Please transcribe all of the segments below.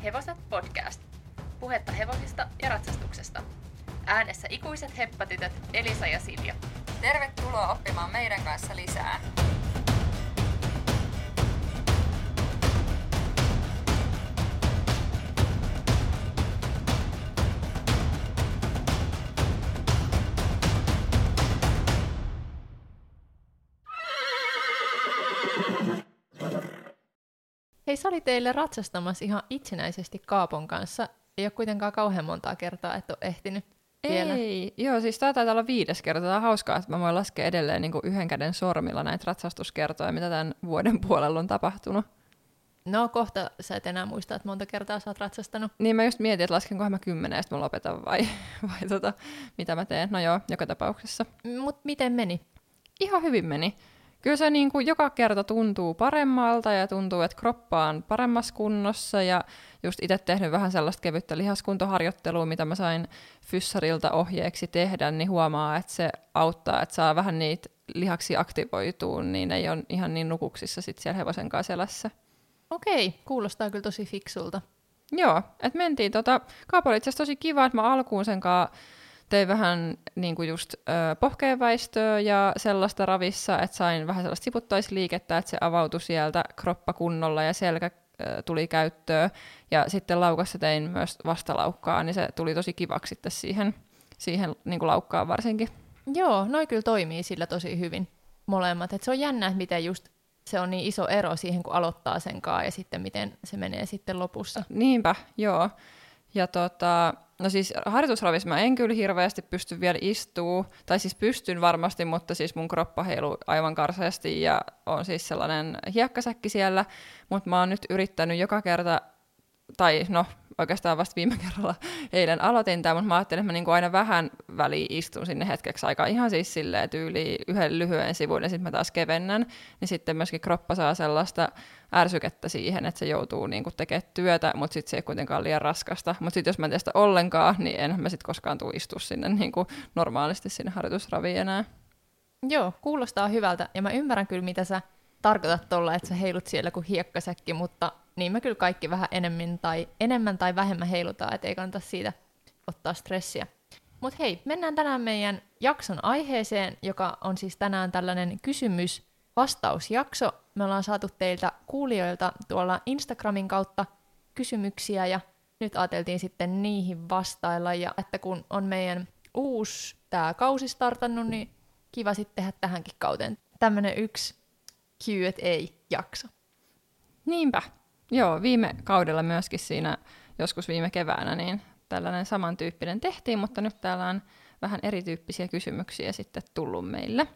Hevoset podcast. Puhetta hevosista ja ratsastuksesta. Äänessä ikuiset heppatytöt Elisa ja Silja. Tervetuloa oppimaan meidän kanssa lisää. Hei, sä olit teille ratsastamassa ihan itsenäisesti Kaapon kanssa. Ei ole kuitenkaan kauhean montaa kertaa, et ole ehtinyt vielä. Ei, joo, siis tää taitaa olla 5. kerta. Tää on hauskaa, että mä voin laskea edelleen niin kuin yhden käden sormilla näitä ratsastuskertoja, mitä tämän vuoden puolella on tapahtunut. No kohta sä et enää muista, että monta kertaa sä oot ratsastanut. Niin mä just mietin, että laskenkohan mä 10 ja sitten mä lopetan vai mitä mä teen. No joo, joka tapauksessa. Mut miten meni? Ihan hyvin meni. Kyllä se niin kuin joka kerta tuntuu paremmalta ja tuntuu, että kroppa on paremmassa kunnossa ja just itse tehnyt vähän sellaista kevyttä lihaskuntoharjoittelua, mitä mä sain fyssarilta ohjeeksi tehdä, niin huomaa, että se auttaa, että saa vähän niitä lihaksia aktivoitua, niin ei ole ihan niin nukuksissa sit siellä hevosen kanssa selässä. Okei, kuulostaa kyllä tosi fiksulta. Joo, että mentiin Kaapo oli itse asiassa tosi kiva, että mä alkuun sen kanssa tein vähän niin kuin just pohkeenväistöä ja sellaista ravissa, että sain vähän sellaista siputtaisliikettä, että se avautui sieltä kroppa kunnolla ja selkä tuli käyttöön. Ja sitten laukassa tein myös vastalaukkaa, niin se tuli tosi kivaksi sitten siihen niin kuin laukkaan varsinkin. Joo, noi kyllä toimii sillä tosi hyvin molemmat. Et se on jännä, että miten just se on niin iso ero siihen, kun aloittaa sen kanssa ja sitten miten se menee sitten lopussa. Niinpä, joo. Ja no siis harjoitusravissa mä en kyllä hirveästi pysty vielä istuu, tai siis pystyn varmasti, mutta siis mun kroppa heiluu aivan karseasti ja on siis sellainen hiekkasäkki siellä, mutta mä oon nyt yrittänyt joka kerta, tai no oikeastaan vasta viime kerralla eilen aloitin tämän, mutta mä ajattelin, että mä niinku aina vähän väliin istun sinne hetkeksi aikaa, ihan siis silleen tyyliin yhden lyhyen sivun ja sitten mä taas kevennän, niin sitten myöskin kroppa saa sellaista ärsykettä siihen, että se joutuu niinku tekemään työtä, mutta sitten se ei kuitenkaan liian raskasta, mutta sitten jos mä en tee sitä ollenkaan, niin en mä sitten koskaan tule istua sinne niinku normaalisti sinne harjoitusraviin enää. Joo, kuulostaa hyvältä ja mä ymmärrän kyllä, mitä sä tarkoitat tuolla, että sä heilut siellä kuin hiekkasäkki, mutta niin me kyllä kaikki vähän enemmän tai vähemmän heilutaan, et ei kannata siitä ottaa stressiä. Mutta hei, mennään tänään meidän jakson aiheeseen, joka on siis tänään tällainen kysymys-vastausjakso. Me ollaan saatu teiltä kuulijoilta tuolla Instagramin kautta kysymyksiä ja nyt ajateltiin sitten niihin vastailla. Ja että kun on meidän uusi tää kausi startannut, niin kiva sitten tehdä tähänkin kauteen tämmönen yksi Q&A-jakso. Niinpä. Joo, viime kaudella myöskin siinä, joskus viime keväänä, niin tällainen samantyyppinen tehtiin, mutta nyt täällä on vähän erityyppisiä kysymyksiä sitten tullut meille.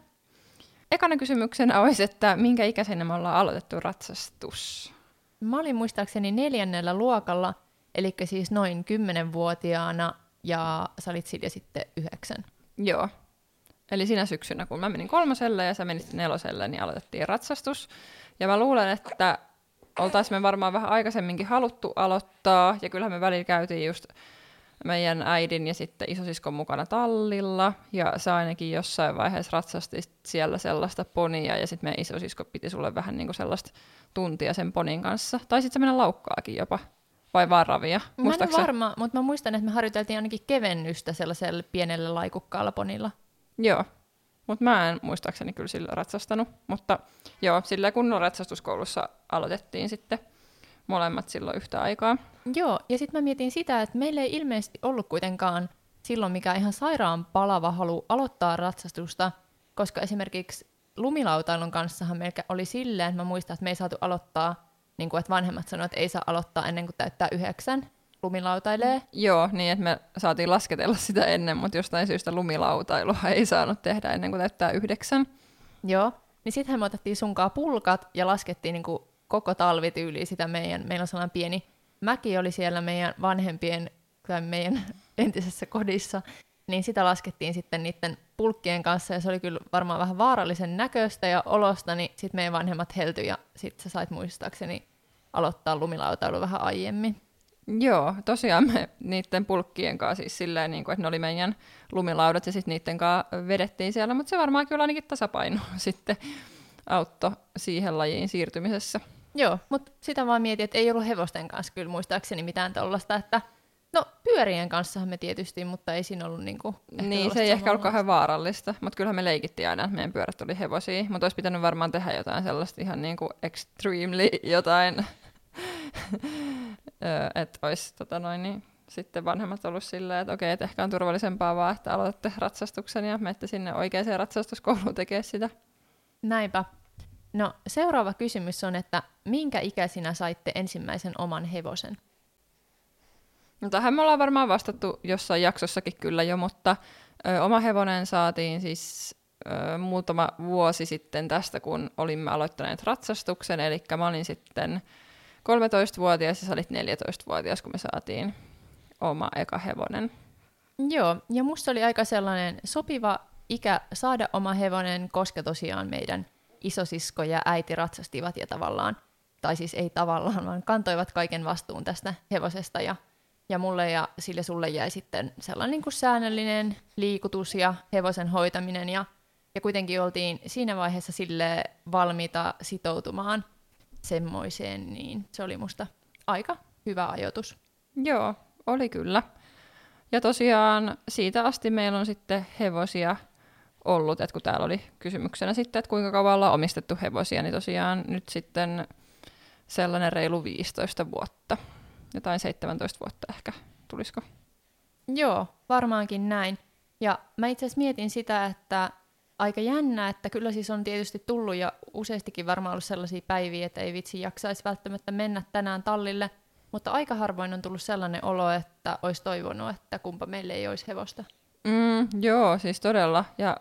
Ekana kysymyksenä olisi, että minkä ikäisenä me ollaan aloitettu ratsastus? Mä olin muistaakseni 4. luokalla, eli siis noin 10-vuotiaana, ja sä olit Silja sitten 9. Joo. Eli sinä syksynä, kun mä menin 3. ja sä menit 4, niin aloitettiin ratsastus. Ja mä luulen, että oltaisiin me varmaan vähän aikaisemminkin haluttu aloittaa, ja kyllähän me välillä käytiin just meidän äidin ja sitten isosiskon mukana tallilla, ja sä ainakin jossain vaiheessa ratsastit siellä sellaista ponia, ja sitten meidän isosisko piti sulle vähän niin kuin sellaista tuntia sen ponin kanssa. Tai sitten sä mennä laukkaakin jopa, vai vaan ravia? Mä en ole varma, mutta mä muistan, että me harjoiteltiin ainakin kevennystä sellaisella pienellä laikukkaalla ponilla. Joo. Mutta mä en muistaakseni kyllä sillä ratsastanut, mutta joo, sillä kunnon ratsastuskoulussa aloitettiin sitten molemmat silloin yhtä aikaa. Joo, ja sitten mä mietin sitä, että meillä ei ilmeisesti ollut kuitenkaan silloin mikään ihan sairaan palava halu aloittaa ratsastusta, koska esimerkiksi lumilautailun kanssahan meillä oli silleen, että mä muistan, että me ei saatu aloittaa, niin kuin että vanhemmat sanoivat, että ei saa aloittaa ennen kuin täyttää 9 lumilautailee. Joo, niin että me saatiin lasketella sitä ennen, mutta jostain syystä lumilautailua ei saanut tehdä ennen kuin täyttää 9. Joo, niin sittenhän me otettiin sunkaan pulkat ja laskettiin niin kuin koko talvityyliin sitä meillä on sellainen pieni mäki oli siellä meidän vanhempien tai meidän entisessä kodissa, niin sitä laskettiin sitten niiden pulkkien kanssa ja se oli kyllä varmaan vähän vaarallisen näköistä ja olosta, niin sitten meidän vanhemmat heltyi ja sitten sä sait muistaakseni aloittaa lumilautailu vähän aiemmin. Joo, tosiaan me niiden pulkkien kanssa siis silleen, niin kuin, että ne oli meidän lumilaudat ja sitten niiden kanssa vedettiin siellä, mutta se varmaan kyllä ainakin tasapaino sitten auttoi siihen lajiin siirtymisessä. Joo, mutta sitä vaan mietin, että ei ollut hevosten kanssa kyllä muistaakseni mitään tollasta, että no pyörien kanssahan me tietysti, mutta ei siinä ollut niinku ehkä Niin, se ei ehkä ollut kauhean vaarallista, mutta kyllähän me leikittiin aina, että meidän pyörät oli hevosia, mutta olisi pitänyt varmaan tehdä jotain sellaista ihan niinku extremely jotain, että olisi niin, sitten vanhemmat ollut silleen, että okei, että ehkä on turvallisempaa vaan, että aloitatte ratsastuksen ja menette sinne oikeaan ratsastuskouluun tekemään sitä. Näinpä. No seuraava kysymys on, että minkä ikäisinä saitte ensimmäisen oman hevosen? No tähän me ollaan varmaan vastattu jossain jaksossakin kyllä jo, mutta oma hevonen saatiin siis muutama vuosi sitten tästä, kun olimme aloittaneet ratsastuksen, eli mä olin sitten 13-vuotias ja sä olit 14-vuotias, kun me saatiin oma eka hevonen. Joo, ja musta oli aika sellainen sopiva ikä saada oma hevonen, koska tosiaan meidän isosisko ja äiti ratsastivat ja tavallaan, tai siis ei tavallaan, vaan kantoivat kaiken vastuun tästä hevosesta ja mulle ja sille sulle jäi sitten sellainen niin kuin säännöllinen liikutus ja hevosen hoitaminen ja kuitenkin oltiin siinä vaiheessa sille valmiita sitoutumaan semmoiseen, niin se oli musta aika hyvä ajoitus. Joo, oli kyllä. Ja tosiaan siitä asti meillä on sitten hevosia ollut, että kun täällä oli kysymyksenä sitten, että kuinka kauan ollaan omistettu hevosia, niin tosiaan nyt sitten sellainen reilu 15 vuotta. Jotain 17 vuotta ehkä, tulisiko? Joo, varmaankin näin. Ja mä itse asiassa mietin sitä, että aika jännä, että kyllä siis on tietysti tullut ja useastikin varmaan ollut sellaisia päiviä, että ei vitsi jaksaisi välttämättä mennä tänään tallille, mutta aika harvoin on tullut sellainen olo, että olisi toivonut, että kumpa meille ei olisi hevosta. Joo, siis todella. Ja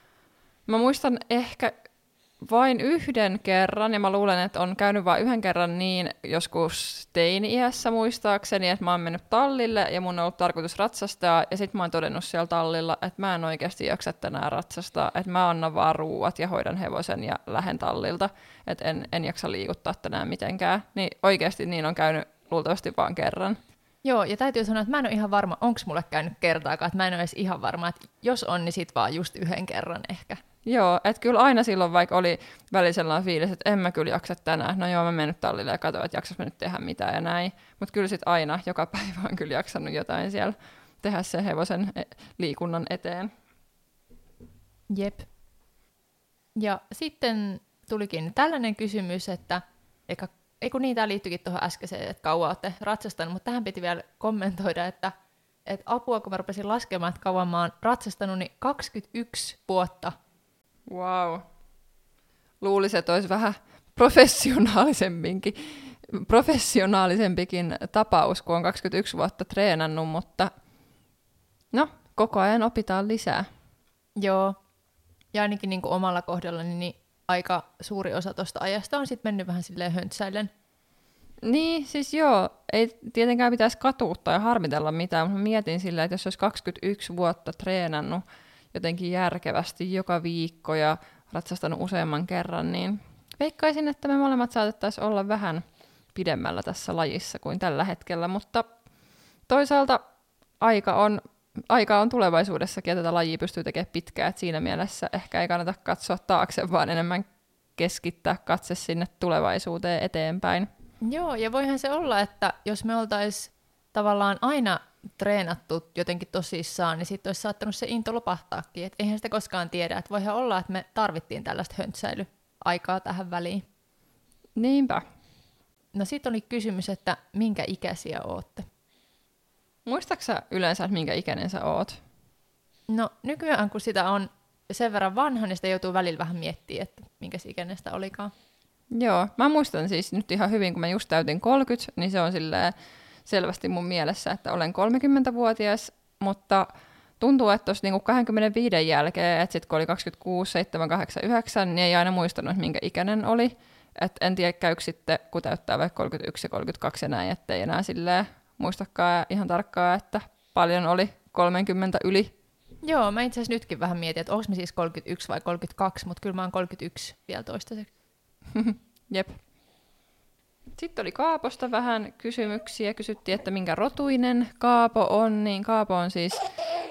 mä muistan ehkä vain yhden kerran, ja mä luulen, että on käynyt vain yhden kerran niin joskus teini-iässä muistaakseni, että mä oon mennyt tallille ja mun on ollut tarkoitus ratsastaa, ja sit mä oon todennut siellä tallilla, että mä en oikeasti jaksa tänään ratsastaa, että mä annan vaan ruuat ja hoidan hevosen ja lähden tallilta, että en jaksa liikuttaa tänään mitenkään. Niin oikeasti niin on käynyt luultavasti vaan kerran. Joo, ja täytyy sanoa, että mä en ole ihan varma, onko mulle käynyt kertaakaan, että mä en ole edes ihan varma, että jos on, niin sit vaan just yhden kerran ehkä. Joo, että kyllä aina silloin, vaikka oli välillä sellainen fiilis, että en mä kyllä jaksa tänään. No joo, mä menen nyt tallille ja katsoin, että jaksas mä nyt tehdä mitään ja näin. Mutta kyllä sitten aina, joka päivä on kyllä jaksanut jotain siellä tehdä sen hevosen liikunnan eteen. Jep. Ja sitten tulikin tällainen kysymys, että ei kun niin, tämä liittyikin tuohon äskeiseen, että kauan olette ratsastanut, mutta tähän piti vielä kommentoida, että apua, kun mä rupesin laskemaan, että kauan mä oon ratsastanut, niin 21 vuotta. Wow. Luulisin, että olisi vähän professionaalisempikin tapaus, kun on 21 vuotta treenannut, mutta no, koko ajan opitaan lisää. Joo, ja ainakin niin kuin omalla kohdallani niin aika suuri osa tuosta ajasta on sitten mennyt vähän silleen höntsäillen. Niin, siis joo, ei tietenkään pitäisi katuuttaa ja harmitella mitään, mutta mietin silleen, että jos olisi 21 vuotta treenannut jotenkin järkevästi joka viikko ja ratsastanut useamman kerran, niin veikkaisin, että me molemmat saatettaisiin olla vähän pidemmällä tässä lajissa kuin tällä hetkellä, mutta toisaalta aika on tulevaisuudessakin, ja tätä lajia pystyy tekemään pitkään, että siinä mielessä ehkä ei kannata katsoa taakse, vaan enemmän keskittää katse sinne tulevaisuuteen eteenpäin. Joo, ja voihan se olla, että jos me oltaisiin tavallaan aina treenattu jotenkin tosissaan, niin sitten olisi saattanut se into lopahtaakin. Et eihän sitä koskaan tiedä. Et voihan olla, että me tarvittiin tällaista höntsäilyaikaa tähän väliin. Niinpä. No sitten oli kysymys, että minkä ikäisiä ootte? Muistatko sä yleensä, että minkä ikäinen sä oot? No nykyään, kun sitä on sen verran vanha, niin sitä joutuu välillä vähän miettimään, että minkä ikäinen sitä olikaan. Joo, mä muistan siis nyt ihan hyvin, kun mä just täytin 30, niin se on selvästi mun mielessä, että olen 30-vuotias, mutta tuntuu, että tuossa niinku 25 jälkeen, että sitten kun oli 26, 7, 8, 9, niin ei aina muistanut, minkä ikäinen oli. Et en tiedä, käykö sitten, kun täyttää vaikka 31 ja 32 ja näin, ettei enää silleen muistakaan ihan tarkkaan, että paljon oli 30 yli. Joo, mä itse asiassa nytkin vähän mietin, että onko mä siis 31 vai 32, mutta kyllä mä oon 31 vielä toistaiseksi. Jep. Sitten oli Kaaposta vähän kysymyksiä. Kysyttiin, että minkä rotuinen Kaapo on. Niin Kaapo on siis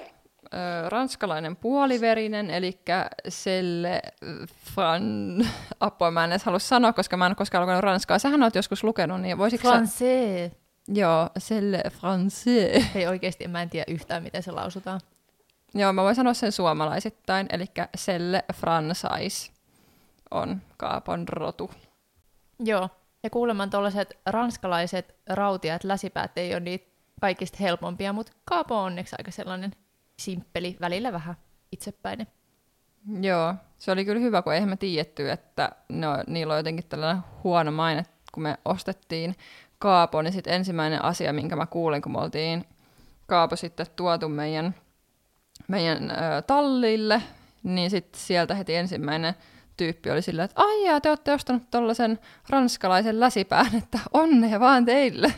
ranskalainen puoliverinen, eli selle apua mä en edes halua sanoa, koska mä en ole koskaan lukenut ranskaa. Sähän oot joskus lukenut, niin voisitko Français. Joo, selle français. Ei oikeasti, mä en tiedä yhtään, miten se lausutaan. Joo, mä voin sanoa sen suomalaisittain, eli selle français on kaapon rotu. Joo, ja kuulemma tuollaiset ranskalaiset rautiat läsipäät ei ole niitä kaikista helpompia, mutta kaapo on onneksi aika sellainen simppeli, välillä vähän itsepäinen. Joo, se oli kyllä hyvä, kun eihän me tiedetty, että niillä on jotenkin tällainen huono maine, kun me ostettiin kaapo, niin sitten ensimmäinen asia, minkä mä kuulin, kun me oltiin kaapo sitten tuotu meidän tallille, niin sitten sieltä heti ensimmäinen tyyppi oli sillä, että aijaa, te olette ostanut tollaisen ranskalaisen läsipään, että onnea vaan teille.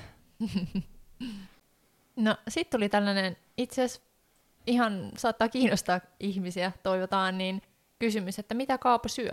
No, sitten tuli tällainen, itse asiassa ihan saattaa kiinnostaa ihmisiä, toivotaan, niin kysymys, että mitä kaapo syö?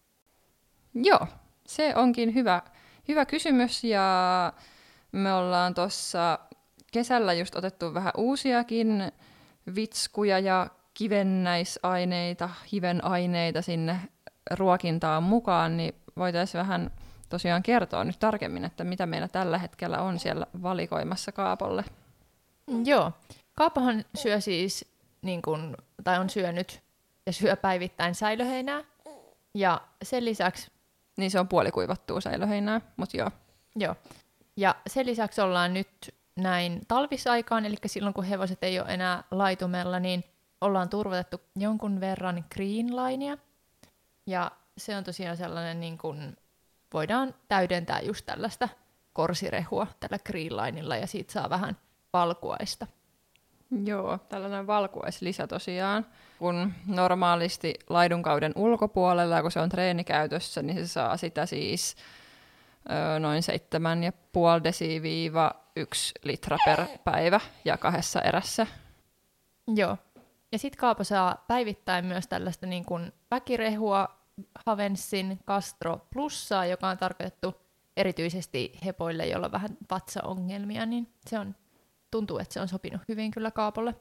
Joo, se onkin hyvä kysymys, ja me ollaan tuossa kesällä just otettu vähän uusiakin vitskuja ja kivennäisaineita, hivenaineita sinne ruokintaan mukaan, niin voitaisiin vähän tosiaan kertoa nyt tarkemmin, että mitä meillä tällä hetkellä on siellä valikoimassa kaapolle. Joo, kaapohan syö siis, tai on syönyt ja syö päivittäin säilöheinää, ja sen lisäksi... Niin se on puolikuivattua säilöheinää, mutta joo. Joo, ja sen lisäksi ollaan nyt näin talvisaikaan, eli silloin kun hevoset ei ole enää laitumella, niin ollaan turvotettu jonkun verran greenlinea, ja se on tosiaan sellainen, niin kuin voidaan täydentää just tällaista korsirehua tällä greenlinella, ja siitä saa vähän valkuaista. Joo, tällainen valkuaislisä tosiaan. Kun normaalisti laidunkauden ulkopuolella, kun se on treenikäytössä, niin se saa sitä siis noin 7,5 desi-1 litra per päivä ja 2 erässä. Joo. Ja sitten kaapo saa päivittäin myös tällaista niin kuin väkirehua, Havensin Castro Plussaa, joka on tarkoitettu erityisesti hepoille, joilla on vähän vatsaongelmia, niin tuntuu, että se on sopinut hyvin kyllä kaapolle.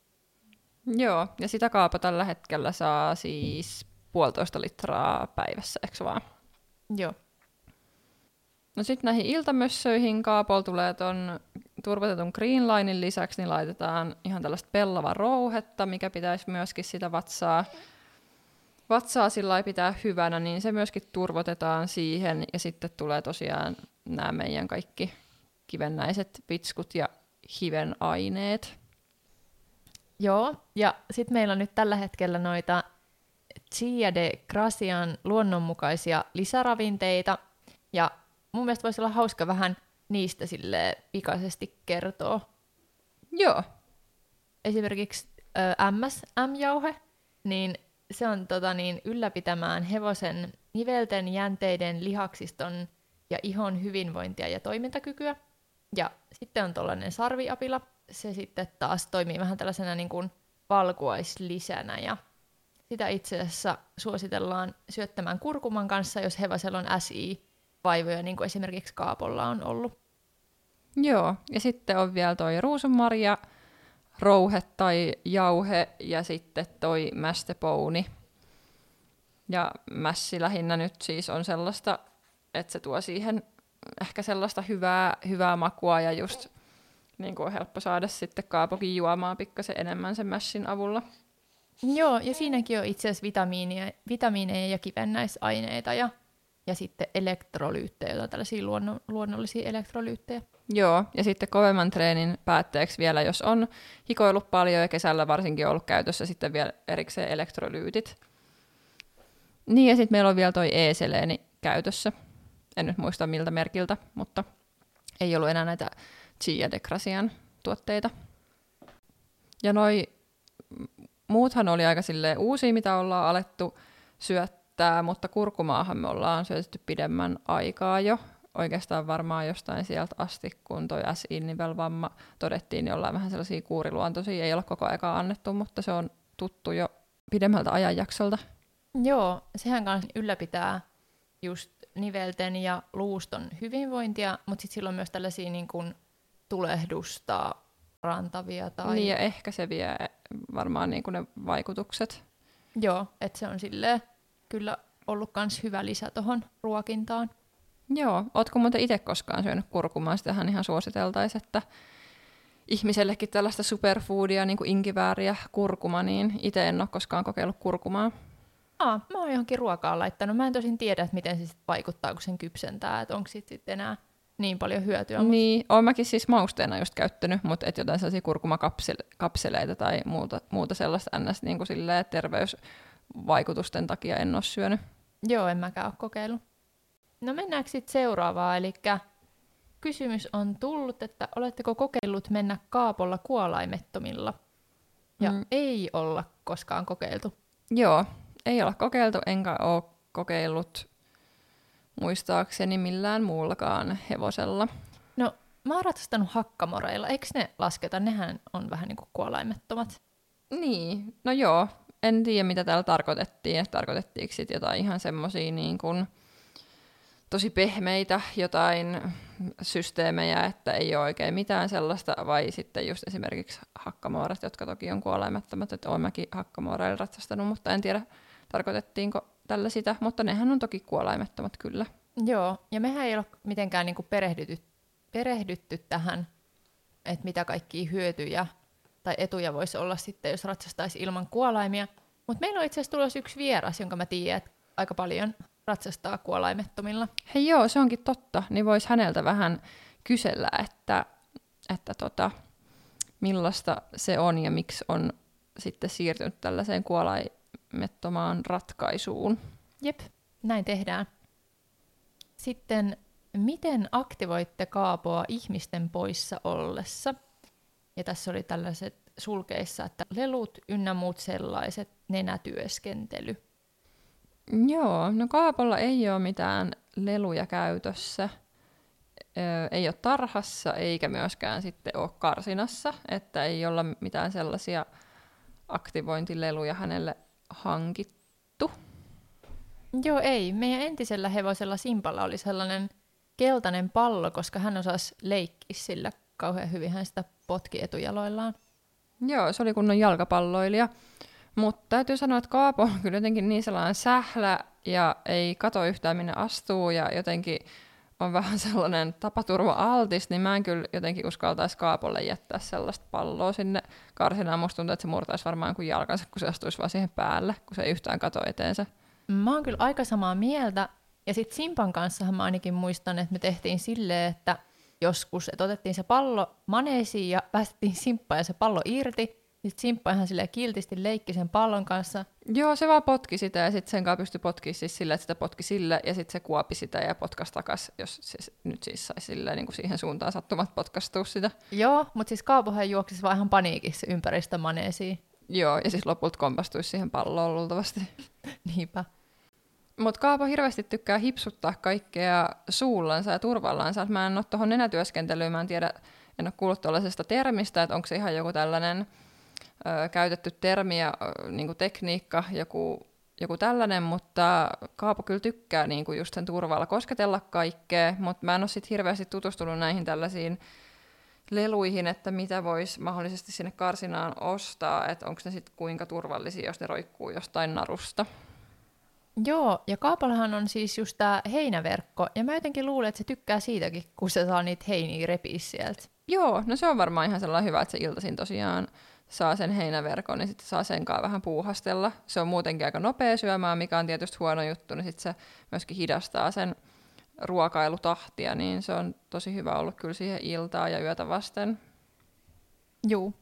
Joo, ja sitä kaapo tällä hetkellä saa siis 1,5 litraa päivässä, eikö vaan? Joo. No sitten näihin iltamössöihin kaapolla tulee ton turvotetun greenlinin lisäksi, niin laitetaan ihan tällaista pellava rouhetta, mikä pitäisi myöskin sitä vatsaa sillä pitää hyvänä, niin se myöskin turvotetaan siihen, ja sitten tulee tosiaan nämä meidän kaikki kivennäiset vitskut ja hivenaineet. Joo, ja sitten meillä on nyt tällä hetkellä noita Chia de Gracian luonnonmukaisia lisäravinteita, ja mun mielestä voisi olla hauska vähän niistä sille pikaisesti kertoa. Joo. Esimerkiksi MSM-jauhe, niin se on ylläpitämään hevosen nivelten, jänteiden, lihaksiston ja ihon hyvinvointia ja toimintakykyä. Ja sitten on tuollainen sarviapila. Se sitten taas toimii vähän tällaisena niin kuin valkuaislisänä. Ja sitä itse asiassa suositellaan syöttämään kurkuman kanssa, jos hevosella on SI-vaivoja, niin kuin esimerkiksi kaapolla on ollut. Joo, ja sitten on vielä toi ruusunmarja, rouhe tai jauhe, ja sitten toi mästepouni. Ja mässi lähinnä nyt siis on sellaista, että se tuo siihen ehkä sellaista hyvää makua, ja just niin kuin on helppo saada sitten kaapokin juomaan pikkasen enemmän sen mässin avulla. Joo, ja siinäkin on itse asiassa vitamiineja ja kivennäisaineita ja sitten elektrolyyttejä, joita on tällaisia luonnollisia elektrolyyttejä. Joo, ja sitten kovemman treenin päätteeksi vielä, jos on hikoillut paljon ja kesällä varsinkin ollut käytössä sitten vielä erikseen elektrolyytit. Niin, ja sitten meillä on vielä toi E-seleeni käytössä. En nyt muista miltä merkiltä, mutta ei ollut enää näitä Chia de Gracian tuotteita. Ja noi muuthan oli aika silleen uusia, mitä ollaan alettu syöttää, mutta kurkumaahan me ollaan syötetty pidemmän aikaa jo. Oikeastaan varmaan jostain sieltä asti, kun toi SI-nivelvamma todettiin, niin ollaan vähän sellaisia kuuriluontoisia. Ei ole koko aikaa annettu, mutta se on tuttu jo pidemmältä ajanjaksolta. Joo, sehän kanssa ylläpitää just nivelten ja luuston hyvinvointia, mutta sitten sillä on myös tällaisia niin kuin tulehdusta parantavia. Tai... Niin ja ehkäiseviä varmaan niin kuin ne vaikutukset. Joo, että se on silleen kyllä ollut kans hyvä lisä tuohon ruokintaan. Joo, ootko muuten itse koskaan syönyt kurkumaa? Sitähän ihan suositeltaisiin, että ihmisellekin tällaista superfoodia, niin kuin inkivääriä, kurkuma, niin itse en ole koskaan kokeillut kurkumaa. Mä oon johonkin ruokaan laittanut. Mä en tosin tiedä, että miten se sit vaikuttaa, kun sen kypsentää, että onko siitä sitten enää niin paljon hyötyä. Niin, oon mäkin siis mausteena just käyttänyt, mutta et jotain sellaisia kurkumakapseleita tai muuta sellaista ns. Niin kuin silleen terveysvaikutusten takia en ole syönyt. Joo, en mäkään ole kokeillut. No mennäänkö sitten seuraavaan, eli kysymys on tullut, että oletteko kokeillut mennä kaapolla kuolaimettomilla? Ja ei olla koskaan kokeiltu. Joo, ei olla kokeiltu, enkä ole kokeillut muistaakseni millään muullakaan hevosella. No, mä oon ratsastanut hakkamoreilla. Eikö ne lasketa? Nehän on vähän niin kuin kuolaimettomat. Niin, no joo. En tiedä, mitä täällä tarkoitettiin. Tarkoitettiinko sitten jotain ihan semmosia niin kuin tosi pehmeitä jotain systeemejä, että ei ole oikein mitään sellaista, vai sitten just esimerkiksi hakkamoorat, jotka toki on kuolaimettomat, että olen mäkin hakkamooreilla ratsastanut, mutta en tiedä, tarkoitettiinko tällä sitä, mutta nehän on toki kuolaimettomat kyllä. Joo, ja mehän ei ole mitenkään niinku perehdytty tähän, että mitä kaikkia hyötyjä tai etuja voisi olla sitten, jos ratsastaisi ilman kuolaimia. Mutta meillä on itse asiassa tulossa yksi vieras, jonka mä tiedän, että aika paljon ratsastaa kuolaimettomilla. Hei joo, se onkin totta. Niin voisi häneltä vähän kysellä, että millaista se on ja miksi on sitten siirtynyt tällaiseen kuolaimettomaan ratkaisuun. Jep, näin tehdään. Sitten, miten aktivoitte kaapoa ihmisten poissa ollessa? Ja tässä oli tällaiset sulkeissa, että lelut ynnä muut sellaiset, nenätyöskentely. Joo, no kaapolla ei ole mitään leluja käytössä. Ei ole tarhassa eikä myöskään sitten ole karsinassa, että ei olla mitään sellaisia aktivointileluja hänelle hankittu. Joo, ei. Meidän entisellä hevosella Simpalla oli sellainen keltainen pallo, koska hän osasi leikkiä sillä kauhean hyvin. Hän sitä potki etujaloillaan. Joo, se oli kunnon jalkapalloilija. Mutta täytyy sanoa, että Kaapo on kyllä jotenkin niin sellainen sählä ja ei kato yhtään minne astuu ja jotenkin on vähän sellainen tapaturma-altis, niin mä en kyllä jotenkin uskaltaisi Kaapolle jättää sellaista palloa sinne karsinaan. Musta tuntuu, että se murtaisi varmaan kuin jalkansa, kun se astuisi vaan siihen päälle, kun se ei yhtään kato eteensä. Mä oon kyllä aika samaa mieltä. Ja sitten Simpan kanssahan mä ainakin muistan, että me tehtiin silleen, että joskus, että otettiin se pallo maneesiin ja päästettiin Simppaa ja se pallo irti. Sitten Simppa ihan silleen kiltisti leikki sen pallon kanssa. Joo, se vaan potki sitä ja sitten sen kanssa pystyi potkimaan siis sillä, että sitä potki sille ja sitten se kuopi sitä ja potkasi takaisin, jos se nyt siis saisi silleen, niin kuin siihen suuntaan sattumat potkastua sitä. Joo, mutta siis Kaapohan juoksisi vaan ihan paniikissa ympäri sitä maneesiin. Joo, ja siis lopulta kompastuisi siihen palloon luultavasti. Niinpä. Mutta Kaapo hirveästi tykkää hipsuttaa kaikkea suullansa ja turvallansa. Mä en ole tuohon nenätyöskentelyyn, mä en tiedä, en ole kuullut tuollaisesta termistä, että onko se ihan joku tällainen käytetty termi ja niinku tekniikka, joku tällainen, mutta Kaapo kyllä tykkää niinku just sen turvalla kosketella kaikkea, mutta mä en ole sit hirveästi tutustunut näihin tällaisiin leluihin, että mitä voisi mahdollisesti sinne karsinaan ostaa, että onko ne sitten kuinka turvallisia, jos ne roikkuu jostain narusta. Joo, ja Kaapollahan on siis just tää heinäverkko, ja mä jotenkin luulen, että se tykkää siitäkin, kun se saa niitä heiniä repiä sieltä. Joo, no se on varmaan ihan sellainen hyvä, että se iltaisin tosiaan saa sen heinäverkon, niin sitten saa sen kanssa vähän puuhastella. Se on muutenkin aika nopea syömään, mikä on tietysti huono juttu, niin sitten se myöskin hidastaa sen ruokailutahtia, niin se on tosi hyvä ollut kyllä siihen iltaa ja yötä vasten. Juu.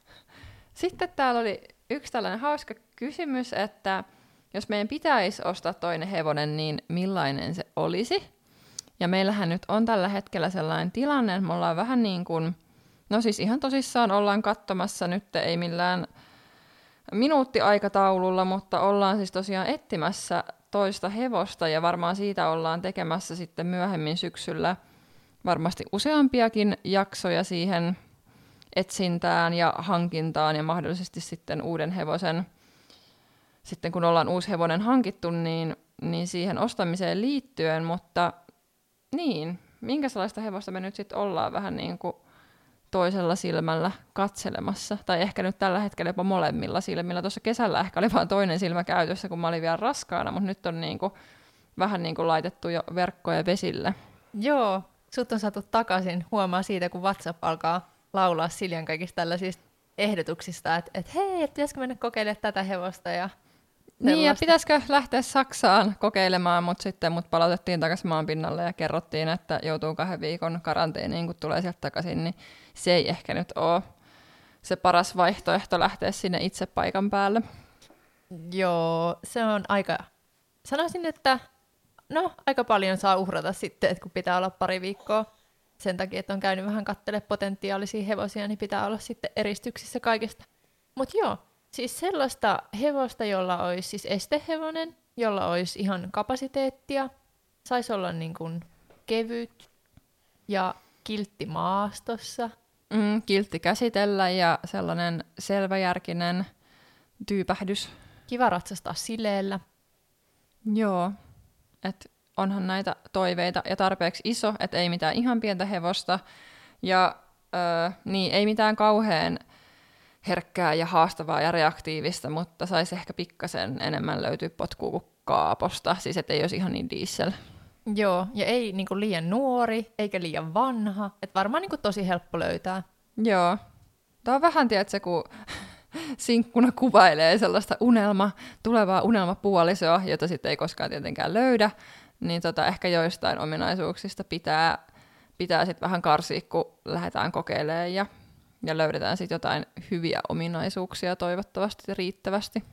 Sitten täällä oli yksi tällainen hauska kysymys, että jos meidän pitäisi ostaa toinen hevonen, niin millainen se olisi? Ja meillähän nyt on tällä hetkellä sellainen tilanne, että me ollaan vähän niin kuin, no siis ihan tosissaan ollaan katsomassa, nyt ei millään minuuttiaikataululla, mutta ollaan siis tosiaan etsimässä toista hevosta ja varmaan siitä ollaan tekemässä sitten myöhemmin syksyllä varmasti useampiakin jaksoja siihen etsintään ja hankintaan ja mahdollisesti sitten uuden hevosen, sitten kun ollaan uusi hevonen hankittu, niin siihen ostamiseen liittyen, mutta niin, minkälaista hevosta me nyt sitten ollaan vähän niin kuin toisella silmällä katselemassa. Tai ehkä nyt tällä hetkellä jopa molemmilla silmillä. Tuossa kesällä ehkä oli vain toinen silmä käytössä, kun mä olin vielä raskaana, mutta nyt on niinku, vähän niinku laitettu jo verkkoja vesille. Joo, sut on saatu takaisin. Huomaa siitä, kun WhatsApp alkaa laulaa Siljan kaikista tällaisista ehdotuksista, että hei, pitäisikö mennä kokeilemaan tätä hevosta ja niin, ja pitäisikö lähteä Saksaan kokeilemaan, mutta sitten mut palautettiin takaisin maan pinnalle ja kerrottiin, että joutuu 2 viikon karanteeniin, kun tulee sieltä takaisin, niin se ei ehkä nyt ole se paras vaihtoehto lähteä sinne itse paikan päälle. Joo, se on aika, sanoisin, että no aika paljon saa uhrata sitten, että kun pitää olla 2 viikkoa sen takia, että on käynyt vähän katselemaan potentiaalisia hevosia, niin pitää olla sitten eristyksissä kaikesta. Mutta joo, siis sellaista hevosta, jolla olisi siis estehevonen, jolla olisi ihan kapasiteettia, saisi olla niin kuin kevyt ja kiltti maastossa. Kiltti käsitellä ja sellainen selväjärkinen tyypähdys. Kiva ratsastaa sileellä. Joo, että onhan näitä toiveita ja tarpeeksi iso, että ei mitään ihan pientä hevosta ja niin ei mitään kauhean herkkää ja haastavaa ja reaktiivista, mutta saisi ehkä pikkasen enemmän löytyä potkua kuin Kaaposta, siis ettei olisi ihan niin diesel. Joo, ja ei niinku liian nuori, eikä liian vanha, että varmaan niinku tosi helppo löytää. Joo, tämä on vähän, tiedätkö, kun sinkkuna kuvailee sellaista tulevaa unelmapuolisoa, jota sitten ei koskaan tietenkään löydä, niin ehkä joistain ominaisuuksista pitää sitten vähän karsia, kun lähdetään kokeilemaan ja löydetään sitten jotain hyviä ominaisuuksia toivottavasti riittävästi.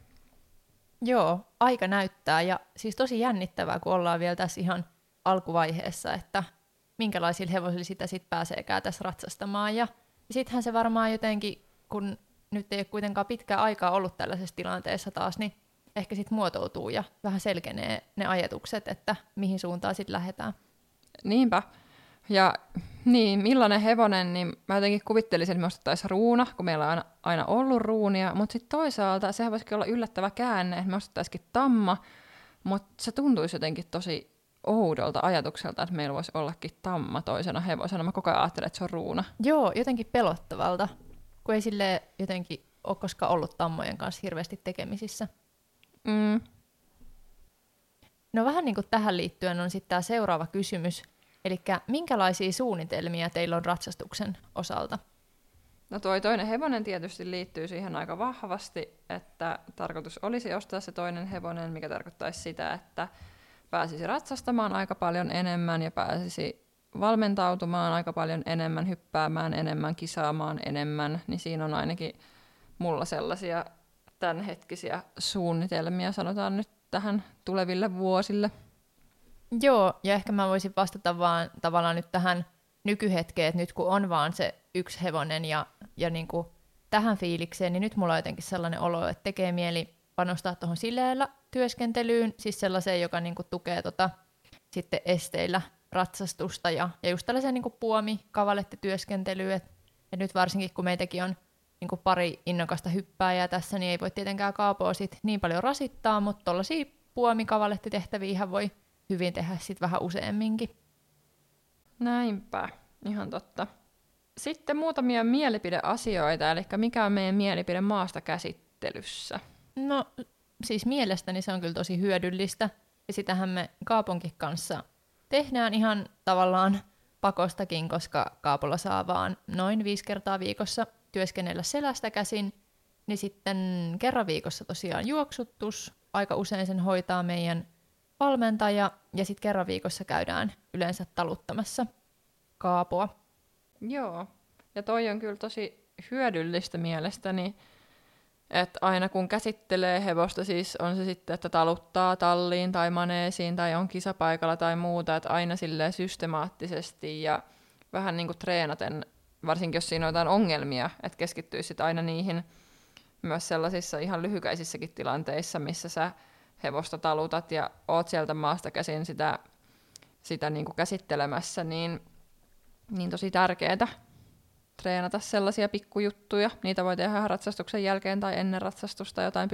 Joo, aika näyttää ja siis tosi jännittävää, kun ollaan vielä tässä ihan alkuvaiheessa, että minkälaisilla hevosilla sitä sitten pääseekään tässä ratsastamaan. Ja sittenhän se varmaan jotenkin, kun nyt ei ole kuitenkaan pitkää aikaa ollut tällaisessa tilanteessa taas, niin ehkä sitten muotoutuu ja vähän selkenee ne ajatukset, että mihin suuntaan sitten lähdetään. Niinpä. Ja niin, millainen hevonen, niin mä jotenkin kuvittelisin, että me ostettaisiin ruuna, kun meillä on aina ollut ruunia, mutta sitten toisaalta sehän voisikin olla yllättävä käänne, että me ostettaisikin tamma, mutta se tuntuisi jotenkin tosi oudolta ajatukselta, että meillä voisi ollakin tamma toisena hevosena. Mä koko ajan ajattelen, että se on ruuna. Joo, jotenkin pelottavalta, kun ei sille jotenkin ole koskaan ollut tammojen kanssa hirveästi tekemisissä. No vähän niin kuin tähän liittyen on sitten tämä seuraava kysymys. Eli minkälaisia suunnitelmia teillä on ratsastuksen osalta? No toinen hevonen tietysti liittyy siihen aika vahvasti, että tarkoitus olisi ostaa se toinen hevonen, mikä tarkoittaisi sitä, että pääsisi ratsastamaan aika paljon enemmän ja pääsisi valmentautumaan aika paljon enemmän, hyppäämään enemmän, kisaamaan enemmän, niin siinä on ainakin mulla sellaisia tämänhetkisiä suunnitelmia, sanotaan nyt tähän tuleville vuosille. Joo, ja ehkä mä voisin vastata vaan tavallaan nyt tähän nykyhetkeen, että nyt kun on vaan se yksi hevonen ja niin kuin tähän fiilikseen, niin nyt mulla on jotenkin sellainen olo, että tekee mieli panostaa tuohon sileellä työskentelyyn, siis sellaiseen, joka niin kuin tukee sitten esteillä ratsastusta ja just tällaiseen niin kuin puomi-kavalettityöskentelyyn, että nyt varsinkin kun meitäkin on niin kuin pari innokasta hyppääjää tässä, niin ei voi tietenkään Kaapoa sit niin paljon rasittaa, mutta tuollaisia puomi-kavalettitehtäviä voi hyvin tehdä sit vähän useamminkin. Näinpä, ihan totta. Sitten muutamia mielipideasioita, eli mikä on meidän mielipide maasta käsittelyssä? No siis mielestäni se on kyllä tosi hyödyllistä, ja sitähän me Kaaponkin kanssa tehdään ihan tavallaan pakostakin, koska Kaapolla saa vaan noin 5 kertaa viikossa työskennellä selästä käsin, niin sitten kerran viikossa tosiaan juoksutus, aika usein sen hoitaa meidän valmentaja, ja sitten kerran viikossa käydään yleensä taluttamassa Kaapoa. Joo, ja toi on kyllä tosi hyödyllistä mielestäni, että aina kun käsittelee hevosta, siis on se sitten, että taluttaa talliin tai maneesiin tai on kisapaikalla tai muuta, että aina silleen systemaattisesti ja vähän niin kuin treenaten, varsinkin jos siinä on jotain ongelmia, että keskittyisi sitten aina niihin myös sellaisissa ihan lyhykäisissäkin tilanteissa, missä sä hevosta talutat ja oot sieltä maasta käsin sitä niin kuin käsittelemässä, niin tosi tärkeää treenata sellaisia pikkujuttuja. Niitä voi tehdä ratsastuksen jälkeen tai ennen ratsastusta, jotain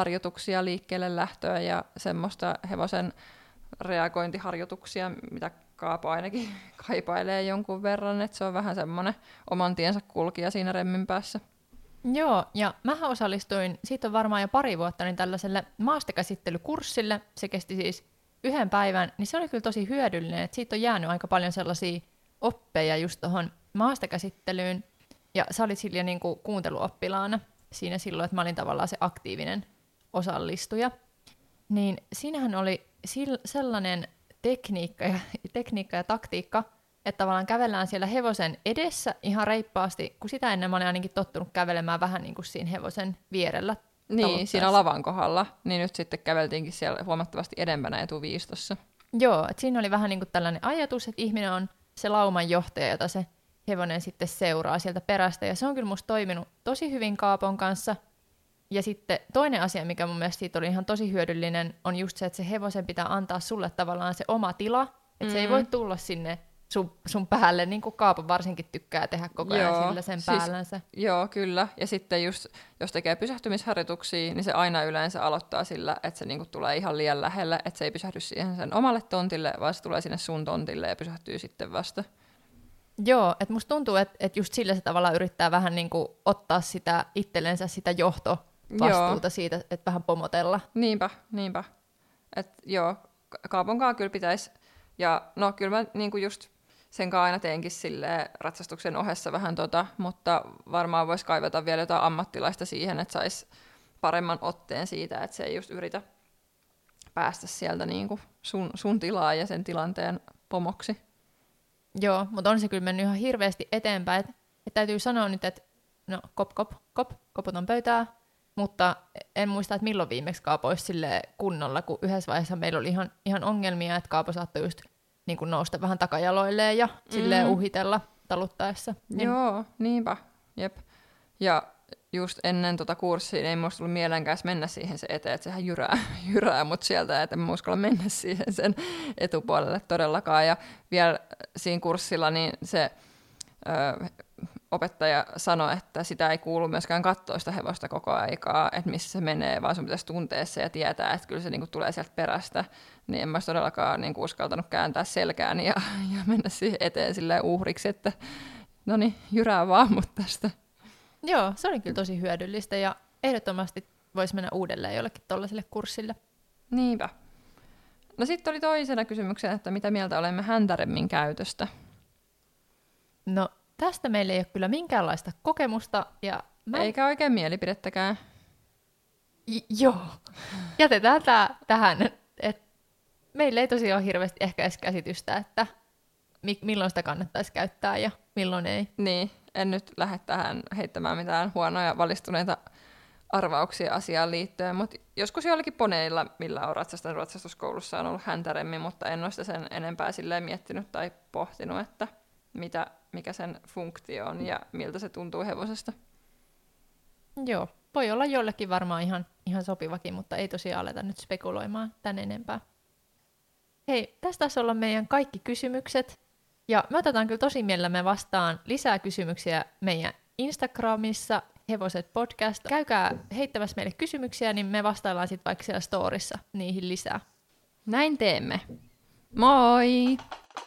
pysähtymisharjoituksia, liikkeelle lähtöä ja semmoista hevosen reagointiharjoituksia, mitä Kaapo ainakin kaipailee jonkun verran, että se on vähän semmoinen oman tiensä kulkija siinä remmin päässä. Joo, ja mähän osallistuin, siitä on varmaan jo 2 vuotta, niin tällaiselle maastokäsittelykurssille. Se kesti siis 1 päivän, niin se oli kyllä tosi hyödyllinen, että siitä on jäänyt aika paljon sellaisia oppeja just tuohon maastokäsittelyyn. Ja sä olit Silja niin kuin kuunteluoppilaana siinä silloin, että mä olin tavallaan se aktiivinen osallistuja. Niin siinähän oli sellainen tekniikka ja taktiikka, että tavallaan kävellään siellä hevosen edessä ihan reippaasti, kun sitä ennen mä olin ainakin tottunut kävelemään vähän niin kuin siinä hevosen vierellä. Niin, siinä lavan kohdalla, niin nyt sitten käveltiinkin siellä huomattavasti edempänä etuviistossa. Joo, että siinä oli vähän niin kuin tällainen ajatus, että ihminen on se lauman johtaja, jota se hevonen sitten seuraa sieltä perästä, ja se on kyllä musta toiminut tosi hyvin Kaapon kanssa. Ja sitten toinen asia, mikä mun mielestä siitä oli ihan tosi hyödyllinen, on just se, että se hevosen pitää antaa sulle tavallaan se oma tila, että se ei voi tulla sinne sun päälle, niin kuin Kaapo varsinkin tykkää tehdä koko ajan sillä sen päällänsä. Joo, kyllä. Ja sitten just, jos tekee pysähtymisharjoituksia, niin se aina yleensä aloittaa sillä, että se niinku tulee ihan liian lähelle, että se ei pysähdy siihen sen omalle tontille, vaan se tulee sinne sun tontille ja pysähtyy sitten vasta. Joo, että musta tuntuu, että just sillä se tavallaan yrittää vähän niin kuin ottaa sitä itsellensä sitä johtovastuuta siitä, että vähän pomotella. Niinpä. Että joo, Kaaponkaan kyllä pitäisi, ja no kyllä mä niinku just sen kanssa aina teenkin silleen ratsastuksen ohessa vähän mutta varmaan voisi kaivata vielä jotain ammattilaista siihen, että saisi paremman otteen siitä, että se ei just yritä päästä sieltä niinku sun tilaa ja sen tilanteen pomoksi. Joo, mutta on se kyllä mennyt ihan hirveästi eteenpäin. Et täytyy sanoa nyt, että no koputan pöytää, mutta en muista, että milloin viimeksi Kaapo olisi kunnolla, kun yhdessä vaiheessa meillä oli ihan ongelmia, että Kaapo saattoi just niin kuin nousta vähän takajaloilleen ja silleen uhitella taluttaessa. Joo, niinpä. Jep. Ja just ennen kurssia ei musta tullut mielenkään mennä siihen se eteen, että sehän jyrää mut sieltä, että en mä uskalla mennä siihen sen etupuolelle todellakaan. Ja vielä siinä kurssilla niin se opettaja sanoi, että sitä ei kuulu myöskään katsoa sitä hevosta koko aikaa, että missä se menee, vaan sun pitäisi tuntea se ja tietää, että kyllä se niinku tulee sieltä perästä. Niin en mä olisi todellakaan niinku uskaltanut kääntää selkääni ja mennä siihen eteen silleen uhriksi, että no niin, jyrää vaan mut tästä. Joo, se oli kyllä tosi hyödyllistä ja ehdottomasti voisi mennä uudelleen jollekin tollaiselle kurssille. Niinpä. No sitten oli toisena kysymyksenä, että mitä mieltä olemme häntäremmin käytöstä? No tästä meillä ei ole kyllä minkäänlaista kokemusta. Ja eikä oikein mielipidettäkään. Joo, jätetään tähän. Meillä ei tosiaan ole hirveästi ehkä edes käsitystä, että milloin sitä kannattaisi käyttää ja milloin ei. Niin, en nyt lähde tähän heittämään mitään huonoja valistuneita arvauksia asiaan liittyen, mutta joskus joillakin poneilla, millä on ratsastanut ratsastuskoulussa, on ollut häntäremmi, mutta en ole sitä sen enempää silleen miettinyt tai pohtinut, että mikä sen funktio on ja miltä se tuntuu hevosesta. Joo, voi olla jollekin varmaan ihan sopivakin, mutta ei tosiaan aleta nyt spekuloimaan tän enempää. Hei, tässä taisi olla meidän kaikki kysymykset. Ja me otetaan kyllä tosi mielellämme vastaan lisää kysymyksiä meidän Instagramissa, Hevoset Podcast. Käykää heittämässä meille kysymyksiä, niin me vastaillaan sitten vaikka siellä storissa niihin lisää. Näin teemme. Moi!